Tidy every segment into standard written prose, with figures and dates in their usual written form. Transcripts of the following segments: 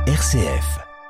RCF.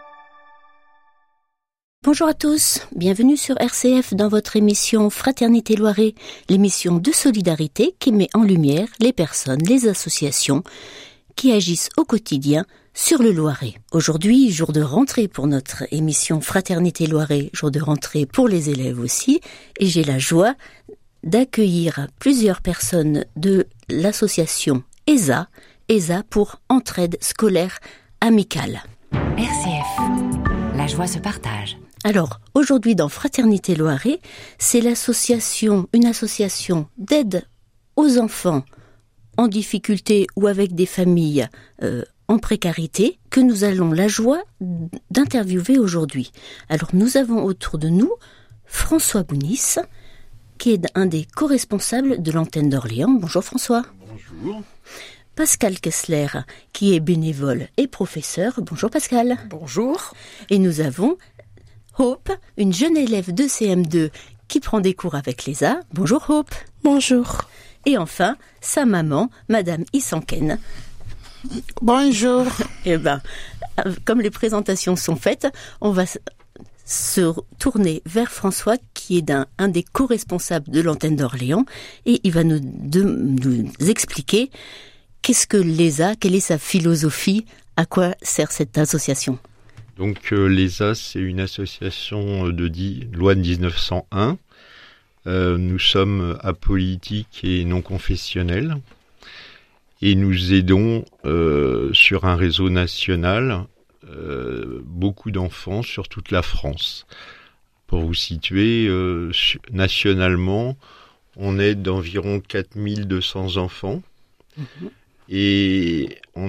Bonjour à tous, bienvenue sur RCF dans votre émission Fraternité Loiret, l'émission de solidarité qui met en lumière les personnes, les associations qui agissent au quotidien sur le Loiret. Aujourd'hui, jour de rentrée pour notre émission Fraternité Loiret, jour de rentrée pour les élèves aussi, et j'ai la joie d'accueillir plusieurs personnes de l'association ESA pour Entraide Scolaire Amicale. RCF, la joie se partage. Alors, aujourd'hui dans Fraternité Loiret, c'est une association d'aide aux enfants en difficulté ou avec des familles en précarité que nous avons la joie d'interviewer aujourd'hui. Alors, nous avons autour de nous François Bounis, qui est un des co-responsables de l'antenne d'Orléans. Bonjour François. Bonjour. Pascal Kessler, qui est bénévole et professeur. Bonjour Pascal. Bonjour. Et nous avons Hope, une jeune élève de CM2 qui prend des cours avec l'ESA. Bonjour Hope. Bonjour. Et enfin, sa maman, Madame Issanken. Bonjour. Eh bien, comme les présentations sont faites, on va se tourner vers François, qui est un des co-responsables de l'antenne d'Orléans, et il va nous expliquer qu'est-ce que l'ESA, quelle est sa philosophie, à quoi sert cette association. Donc l'ESA, c'est une association de loi de 1901. Nous sommes apolitiques et non confessionnels. Et nous aidons sur un réseau national beaucoup d'enfants sur toute la France. Pour vous situer, nationalement, on aide environ 4200 enfants. Mmh. Et on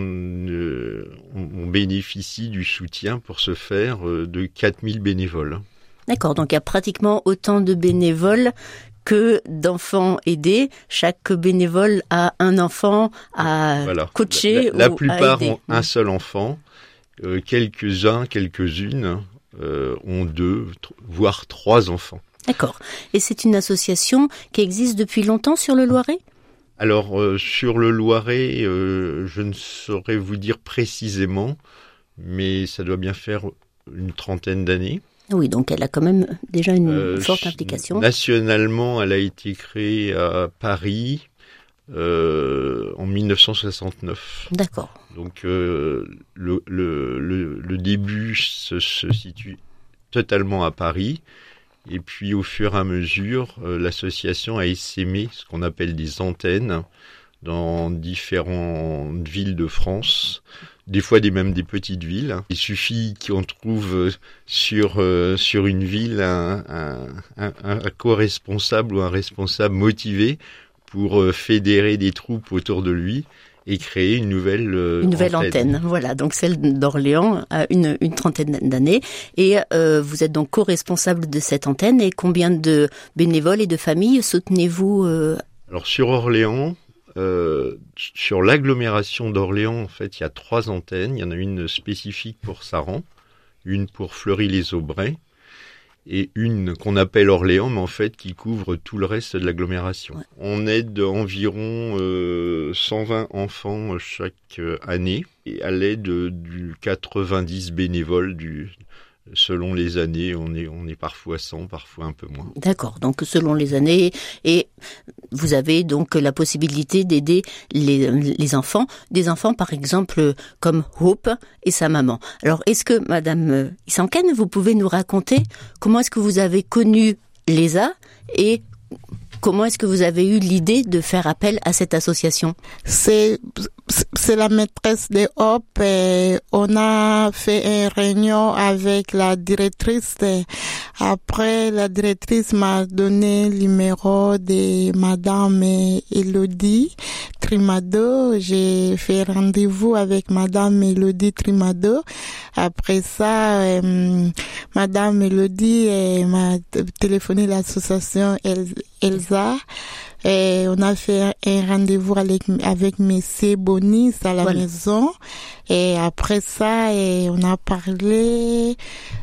bénéficie du soutien pour ce faire de 4000 bénévoles. D'accord, donc il y a pratiquement autant de bénévoles que d'enfants aidés. Chaque bénévole a un enfant à coacher la ou plupart à aider. Ont un seul enfant. Quelques-unes ont 2, voire 3 enfants. D'accord. Et c'est une association qui existe depuis longtemps sur le Loiret ? Alors, sur le Loiret, je ne saurais vous dire précisément, mais ça doit bien faire une 30aine d'années. Oui, donc elle a quand même déjà une forte implication. Nationalement, elle a été créée à Paris en 1969. D'accord. Donc, le début se situe totalement à Paris. Et puis, au fur et à mesure, l'association a essaimé ce qu'on appelle des antennes dans différentes villes de France, des fois même des petites villes. Il suffit qu'on trouve sur une ville un co-responsable ou un responsable motivé pour fédérer des troupes autour de lui et créer une nouvelle antenne. Voilà, donc celle d'Orléans a une 30aine d'années. Et vous êtes donc co-responsable de cette antenne. Et combien de bénévoles et de familles soutenez-vous Alors sur Orléans, sur l'agglomération d'Orléans, en fait, il y a 3 antennes. Il y en a une spécifique pour Saran, une pour Fleury-les-Aubrais et une qu'on appelle Orléans, mais en fait qui couvre tout le reste de l'agglomération. Ouais. On aide environ 120 enfants chaque année, et à l'aide du 90 bénévoles selon les années. On est parfois 100, parfois un peu moins. D'accord, donc selon les années, et vous avez donc la possibilité d'aider les enfants, des enfants par exemple comme Hope et sa maman. Alors est-ce que Madame Issanken, vous pouvez nous raconter comment est-ce que vous avez connu l'ESA et comment est-ce que vous avez eu l'idée de faire appel à cette association ? C'est la maîtresse de Hope et on a fait une réunion avec la directrice. Après, la directrice m'a donné le numéro de Madame Elodie Trimado. J'ai fait rendez-vous avec Madame Elodie Trimado. Après ça, Madame Elodie m'a téléphoné l'association Elsa. Et on a fait un rendez-vous avec Monsieur Bonis à la maison. Et après ça, on a parlé.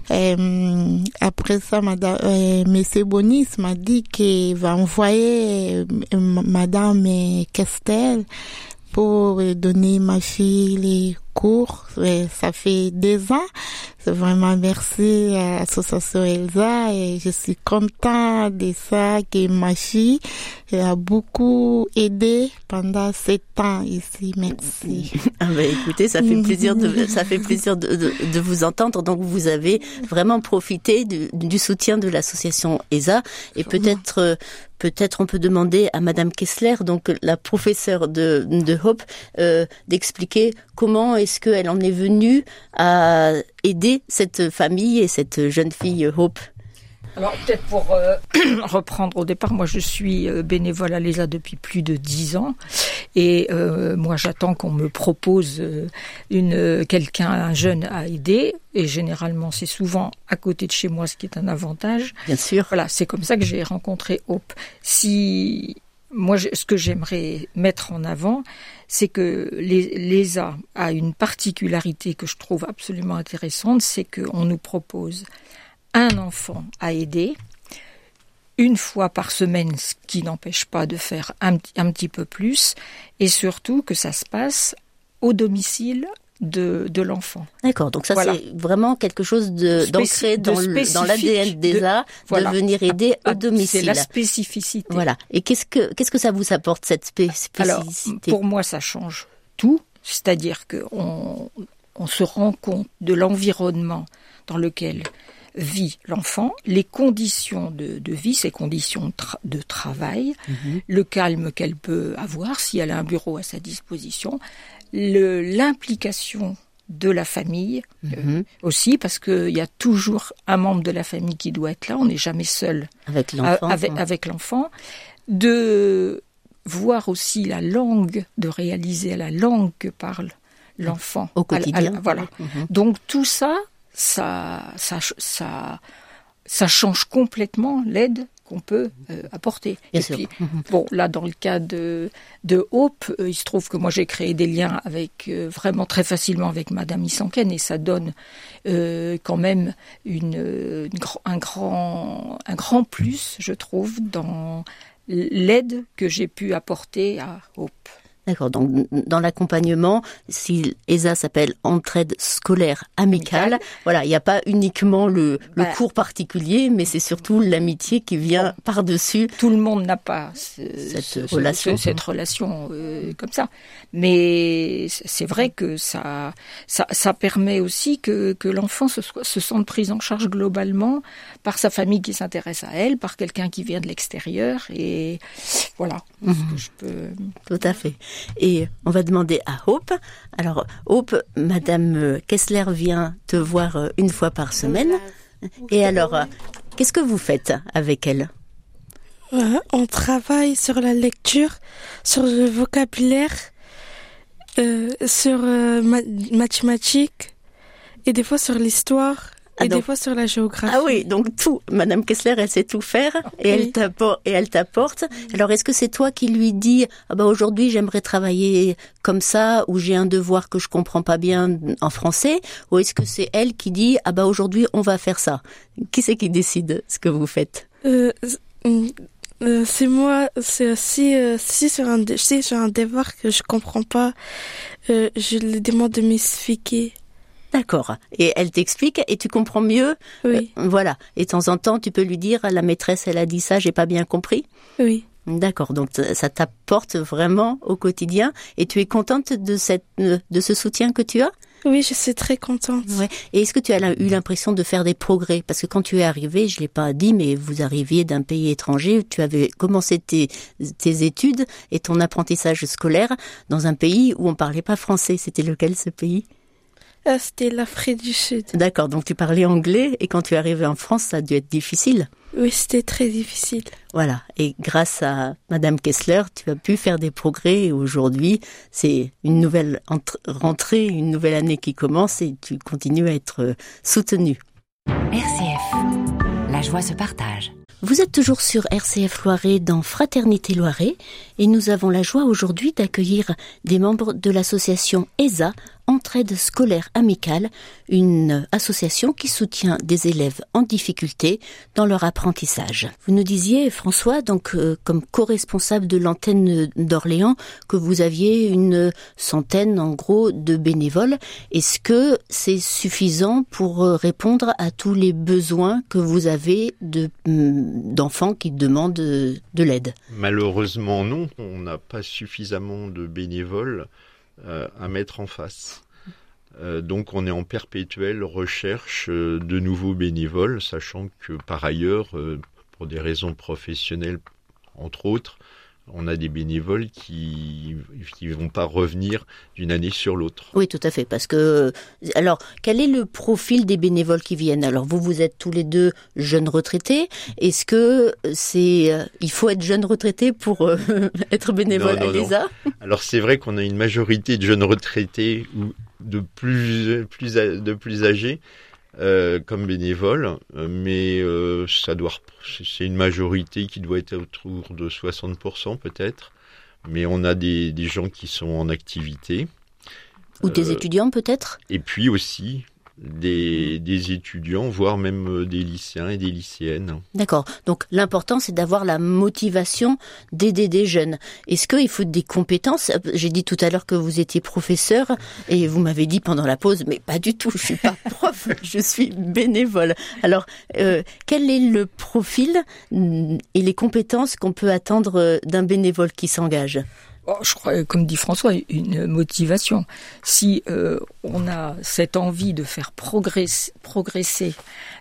Après ça, Monsieur Bonis m'a dit qu'il va envoyer Madame Castel pour donner ma fille les cours. Et ça fait 2 ans. C'est vraiment merci à l'association ELSA et je suis contente de ça que ma fille a beaucoup aidé pendant 7 ans ici. Merci. Ah bah écoutez, ça fait plaisir de vous entendre. Donc vous avez vraiment profité du soutien de l'association ESA et peut-être on peut demander à Madame Kessler, donc la professeure de Hope, d'expliquer comment est-ce qu'elle en est venue à aider cette famille et cette jeune fille Hope. Alors peut-être pour reprendre au départ, moi je suis bénévole à l'ESA depuis plus de 10 ans et moi j'attends qu'on me propose un jeune à aider et généralement c'est souvent à côté de chez moi, ce qui est un avantage. Bien sûr. Voilà, c'est comme ça que j'ai rencontré Hope. Ce que j'aimerais mettre en avant, c'est que l'ESA a une particularité que je trouve absolument intéressante, c'est qu'on nous propose un enfant à aider, une fois par semaine, ce qui n'empêche pas de faire un petit peu plus, et surtout que ça se passe au domicile de l'enfant. D'accord, donc ça voilà. C'est vraiment quelque chose d'ancré dans l'ADN d'ESA, de venir aider au domicile. C'est la spécificité. Voilà. Et qu'est-ce que ça vous apporte, cette spécificité? Alors, pour moi, ça change tout. C'est-à-dire qu'on se rend compte de l'environnement dans lequel vit l'enfant, les conditions de vie, ses conditions de travail, le calme qu'elle peut avoir si elle a un bureau à sa disposition, l'implication de la famille aussi, parce qu'il y a toujours un membre de la famille qui doit être là, on n'est jamais seul avec l'enfant, de voir aussi la langue, de réaliser la langue que parle l'enfant au quotidien. Voilà. Donc tout ça change complètement l'aide qu'on peut apporter. Bien sûr. Puis, bon, là, dans le cas de Hope, il se trouve que moi, j'ai créé des liens vraiment très facilement avec Madame Isanken et ça donne quand même un grand plus, je trouve, dans l'aide que j'ai pu apporter à Hope. D'accord, donc dans l'accompagnement, si ESA s'appelle Entraide scolaire amicale, voilà, il n'y a pas uniquement le cours particulier, mais c'est surtout l'amitié qui vient par-dessus. Tout le monde n'a pas cette relation comme ça, mais c'est vrai que ça permet aussi que l'enfant se sente pris en charge globalement par sa famille qui s'intéresse à elle, par quelqu'un qui vient de l'extérieur, et voilà. Tout à fait. Et on va demander à Hope. Alors, Hope, Madame Kessler vient te voir une fois par semaine. Et alors, qu'est-ce que vous faites avec elle? On travaille sur la lecture, sur le vocabulaire, sur mathématiques, et des fois sur l'histoire. Et des fois sur la géographie. Ah oui, donc tout. Madame Kessler, elle sait tout faire et elle t'apporte. Alors, est-ce que c'est toi qui lui dis aujourd'hui j'aimerais travailler comme ça, ou j'ai un devoir que je comprends pas bien en français, ou est-ce que c'est elle qui dit aujourd'hui on va faire ça? Qui c'est qui décide ce que vous faites? C'est moi. C'est si sur un devoir que je comprends pas, je lui demande de m'expliquer. D'accord. Et elle t'explique et tu comprends mieux. Oui. Voilà. Et de temps en temps, tu peux lui dire, la maîtresse, elle a dit ça, j'ai pas bien compris. Oui. D'accord. Donc, ça t'apporte vraiment au quotidien. Et tu es contente de ce soutien que tu as? Oui, je suis très contente. Ouais. Et est-ce que tu as eu l'impression de faire des progrès? Parce que quand tu es arrivée, je l'ai pas dit, mais vous arriviez d'un pays étranger, tu avais commencé tes études et ton apprentissage scolaire dans un pays où on parlait pas français. C'était lequel, ce pays? C'était l'Afrique du Sud. D'accord, donc tu parlais anglais et quand tu es arrivé en France, ça a dû être difficile. Oui, c'était très difficile. Voilà, et grâce à Madame Kessler, tu as pu faire des progrès et aujourd'hui, c'est une nouvelle rentrée, une nouvelle année qui commence et tu continues à être soutenue. RCF, la joie se partage. Vous êtes toujours sur RCF Loiret dans Fraternité Loiret et nous avons la joie aujourd'hui d'accueillir des membres de l'association ESA, Entraide scolaire amicale, une association qui soutient des élèves en difficulté dans leur apprentissage. Vous nous disiez, François, donc comme co-responsable de l'antenne d'Orléans, que vous aviez une centaine en gros de bénévoles. Est-ce que c'est suffisant pour répondre à tous les besoins que vous avez d'enfants qui demandent de l'aide? Malheureusement non, on n'a pas suffisamment de bénévoles à mettre en face. Donc on est en perpétuelle recherche de nouveaux bénévoles, sachant que par ailleurs, pour des raisons professionnelles entre autres, on a des bénévoles qui vont pas revenir d'une année sur l'autre. Oui, tout à fait, parce que... Alors, quel est le profil des bénévoles qui viennent? Alors, vous êtes tous les deux jeunes retraités. Est-ce que il faut être jeune retraité pour être bénévole à l'ESA? Alors, c'est vrai qu'on a une majorité de jeunes retraités ou de plus âgés comme bénévoles, mais c'est une majorité qui doit être autour de 60% peut-être, mais on a des gens qui sont en activité. Ou des étudiants peut-être? Et puis aussi des étudiants, voire même des lycéens et des lycéennes. D'accord. Donc l'important, c'est d'avoir la motivation d'aider des jeunes. Est-ce qu'il faut des compétences? J'ai dit tout à l'heure que vous étiez professeur et vous m'avez dit pendant la pause, mais pas du tout, je suis pas prof, je suis bénévole. Alors, quel est le profil et les compétences qu'on peut attendre d'un bénévole qui s'engage? Je crois, comme dit François, une motivation. Si on a cette envie de faire progresser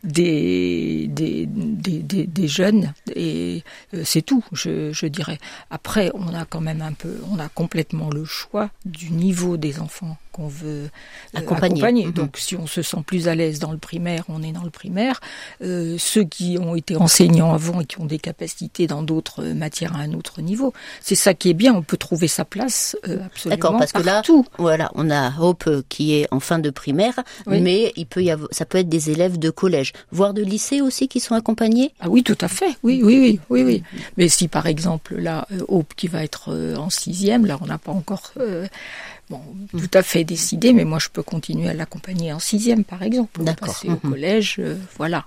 des jeunes, et c'est tout, je dirais. Après, on a quand même on a complètement le choix du niveau des enfants qu'on veut accompagner. Mmh. Donc, si on se sent plus à l'aise dans le primaire, on est dans le primaire. Ceux qui ont été enseignants avant et qui ont des capacités dans d'autres matières à un autre niveau, c'est ça qui est bien. On peut trouver sa place absolument. D'accord, parce partout. Que là, voilà, on a Hope qui est en fin de primaire, oui. Mais ça peut être des élèves de collège, voire de lycée aussi qui sont accompagnés. Ah oui, tout à fait. Oui. Mais si par exemple là, Hope qui va être en 6e, là on n'a pas encore tout à fait décidé, mais moi je peux continuer à l'accompagner en 6e par exemple. D'accord. Passer au collège, voilà.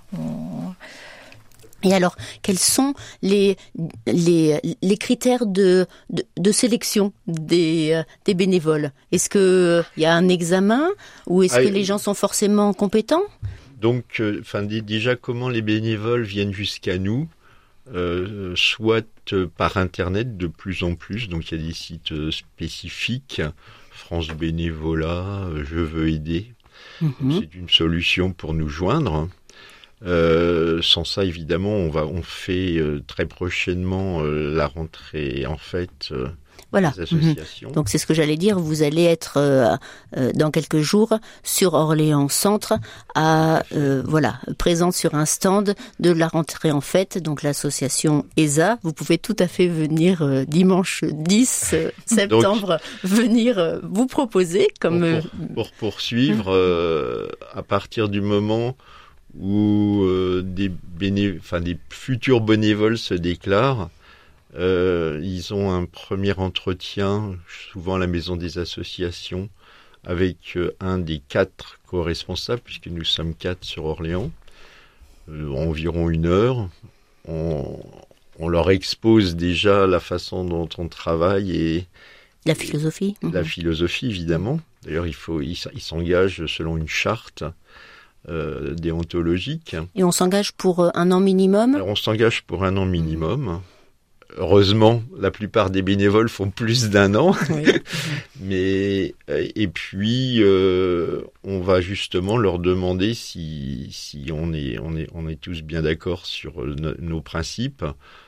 Et alors, quels sont les critères de sélection des bénévoles? Est-ce que il y a un examen ou est-ce que les gens sont forcément compétents? Donc, déjà, comment les bénévoles viennent jusqu'à nous, soit par Internet de plus en plus. Donc, il y a des sites spécifiques, France Bénévolat, Je veux aider. Mm-hmm. C'est une solution pour nous joindre. Sans ça, évidemment, on fait très prochainement la rentrée en fait voilà. des associations. Donc c'est ce que j'allais dire. Vous allez être dans quelques jours sur Orléans Centre, présente sur un stand de la rentrée en fête. Donc l'association ESA. Vous pouvez tout à fait venir dimanche 10 septembre venir vous proposer comme pour poursuivre à partir du moment où des futurs bénévoles se déclarent, ils ont un premier entretien, souvent à la maison des associations, avec un des 4 co-responsables, puisque nous sommes 4 sur Orléans, environ 1 heure. On leur expose déjà la façon dont on travaille et la philosophie. La philosophie, évidemment. D'ailleurs, ils s'engagent selon une charte déontologique. Et on s'engage pour un an minimum? Alors on s'engage pour un an minimum. Heureusement, la plupart des bénévoles font plus d'1 an. Oui. Mais et puis on va justement leur demander si on est tous bien d'accord sur nos principes.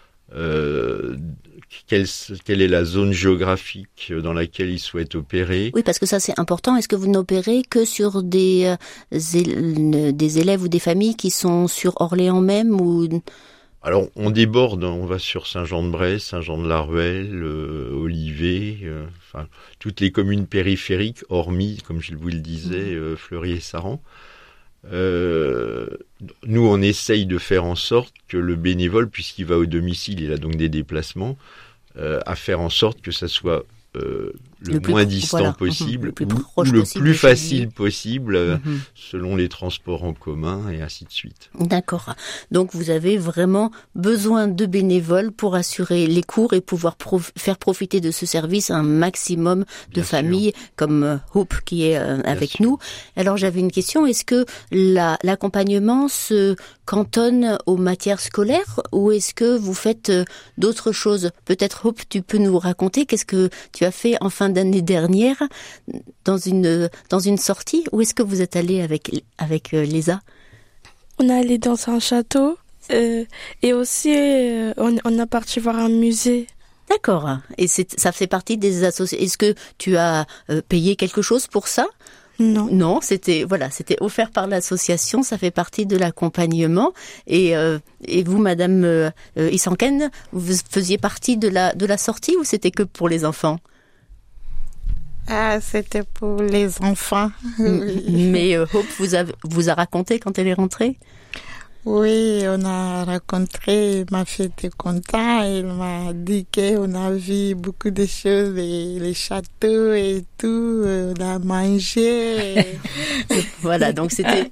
Quelle est la zone géographique dans laquelle ils souhaitent opérer? Oui, parce que ça c'est important. Est-ce que vous n'opérez que sur des élèves ou des familles qui sont sur Orléans même ou... Alors on déborde, on va sur Saint-Jean-de-Bray, Saint-Jean-de-la-Ruelle, Olivet, toutes les communes périphériques, hormis, comme je vous le disais, Fleury et Saran. Nous, on essaye de faire en sorte que le bénévole, puisqu'il va au domicile, il a donc des déplacements, à faire en sorte que ça soit le moins distant possible, ou le plus facile possible, selon les transports en commun et ainsi de suite. D'accord. Donc vous avez vraiment besoin de bénévoles pour assurer les cours et pouvoir faire profiter de ce service un maximum de familles, comme Hope qui est avec nous. Alors j'avais une question, est-ce que l'accompagnement se cantonne aux matières scolaires ou est-ce que vous faites d'autres choses? Peut-être Hope, tu peux nous raconter qu'est-ce que tu as fait en fin d'année dernière dans une sortie? Où est-ce que vous êtes allé avec Lisa? On est allé dans un château et aussi on a parti voir un musée. D'accord. Et ça fait partie des associations. Est-ce que tu as payé quelque chose pour ça? Non. Non, c'était offert par l'association, ça fait partie de l'accompagnement. Et vous, Madame Isanken, vous faisiez partie de la sortie ou c'était que pour les enfants? Ah, c'était pour les enfants. Mais Hope vous a raconté quand elle est rentrée? Oui, on a rencontré, ma fille était contente, elle m'a dit qu'on a vu beaucoup de choses, les châteaux et tout, on a mangé. Voilà, donc c'était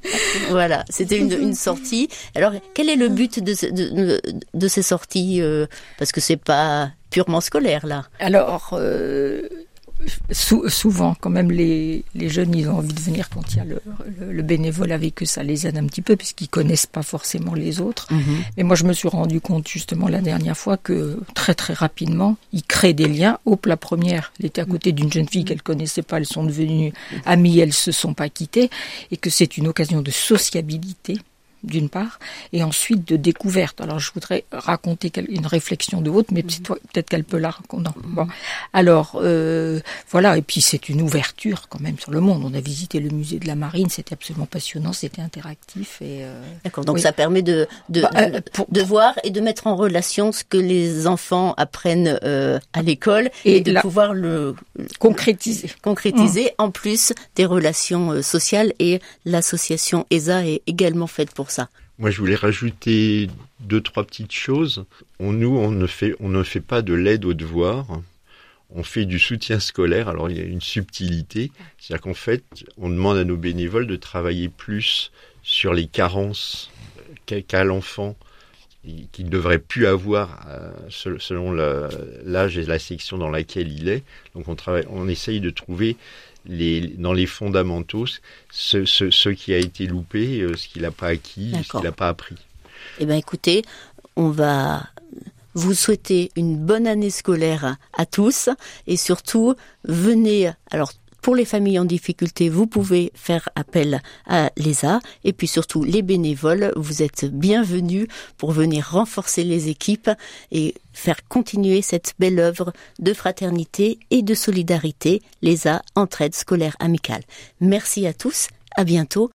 une sortie. Alors, quel est le but de ces sorties, parce que c'est pas purement scolaire là? Alors, souvent, quand même, les jeunes, ils ont envie de venir quand il y a le bénévole avec eux, ça les aide un petit peu, puisqu'ils connaissent pas forcément les autres. Mais moi, je me suis rendu compte, justement, la dernière fois, que très, très rapidement, ils créent des liens. Hope, la première, elle était à côté d'une jeune fille qu'elle connaissait pas, elles sont devenues amies, elles se sont pas quittées, et que c'est une occasion de sociabilité, d'une part, et ensuite de découverte. Alors, je voudrais raconter une réflexion de Haute, mais peut-être qu'elle peut la raconter. Bon. Alors, voilà, et puis c'est une ouverture quand même sur le monde. On a visité le musée de la Marine, c'était absolument passionnant, c'était interactif. D'accord, donc ça permet de voir et de mettre en relation ce que les enfants apprennent à l'école et de pouvoir le concrétiser en plus des relations sociales, et l'association ESA est également faite pour ça. Moi, je voulais rajouter 2-3 petites choses. On ne fait pas de l'aide aux devoirs. On fait du soutien scolaire. Alors, il y a une subtilité. C'est-à-dire qu'en fait, on demande à nos bénévoles de travailler plus sur les carences qu'a l'enfant, qu'il ne devrait plus avoir selon l'âge et la section dans laquelle il est. Donc, on essaye de trouver dans les fondamentaux, ce qui a été loupé, ce qu'il n'a pas acquis, ce qu'il n'a pas appris. Eh bien, écoutez, on va vous souhaiter une bonne année scolaire à tous, et surtout, venez. Alors, pour les familles en difficulté, vous pouvez faire appel à l'ESA, et puis surtout les bénévoles, vous êtes bienvenus pour venir renforcer les équipes et faire continuer cette belle œuvre de fraternité et de solidarité, l'ESA Entraide Scolaire Amicale. Merci à tous, à bientôt.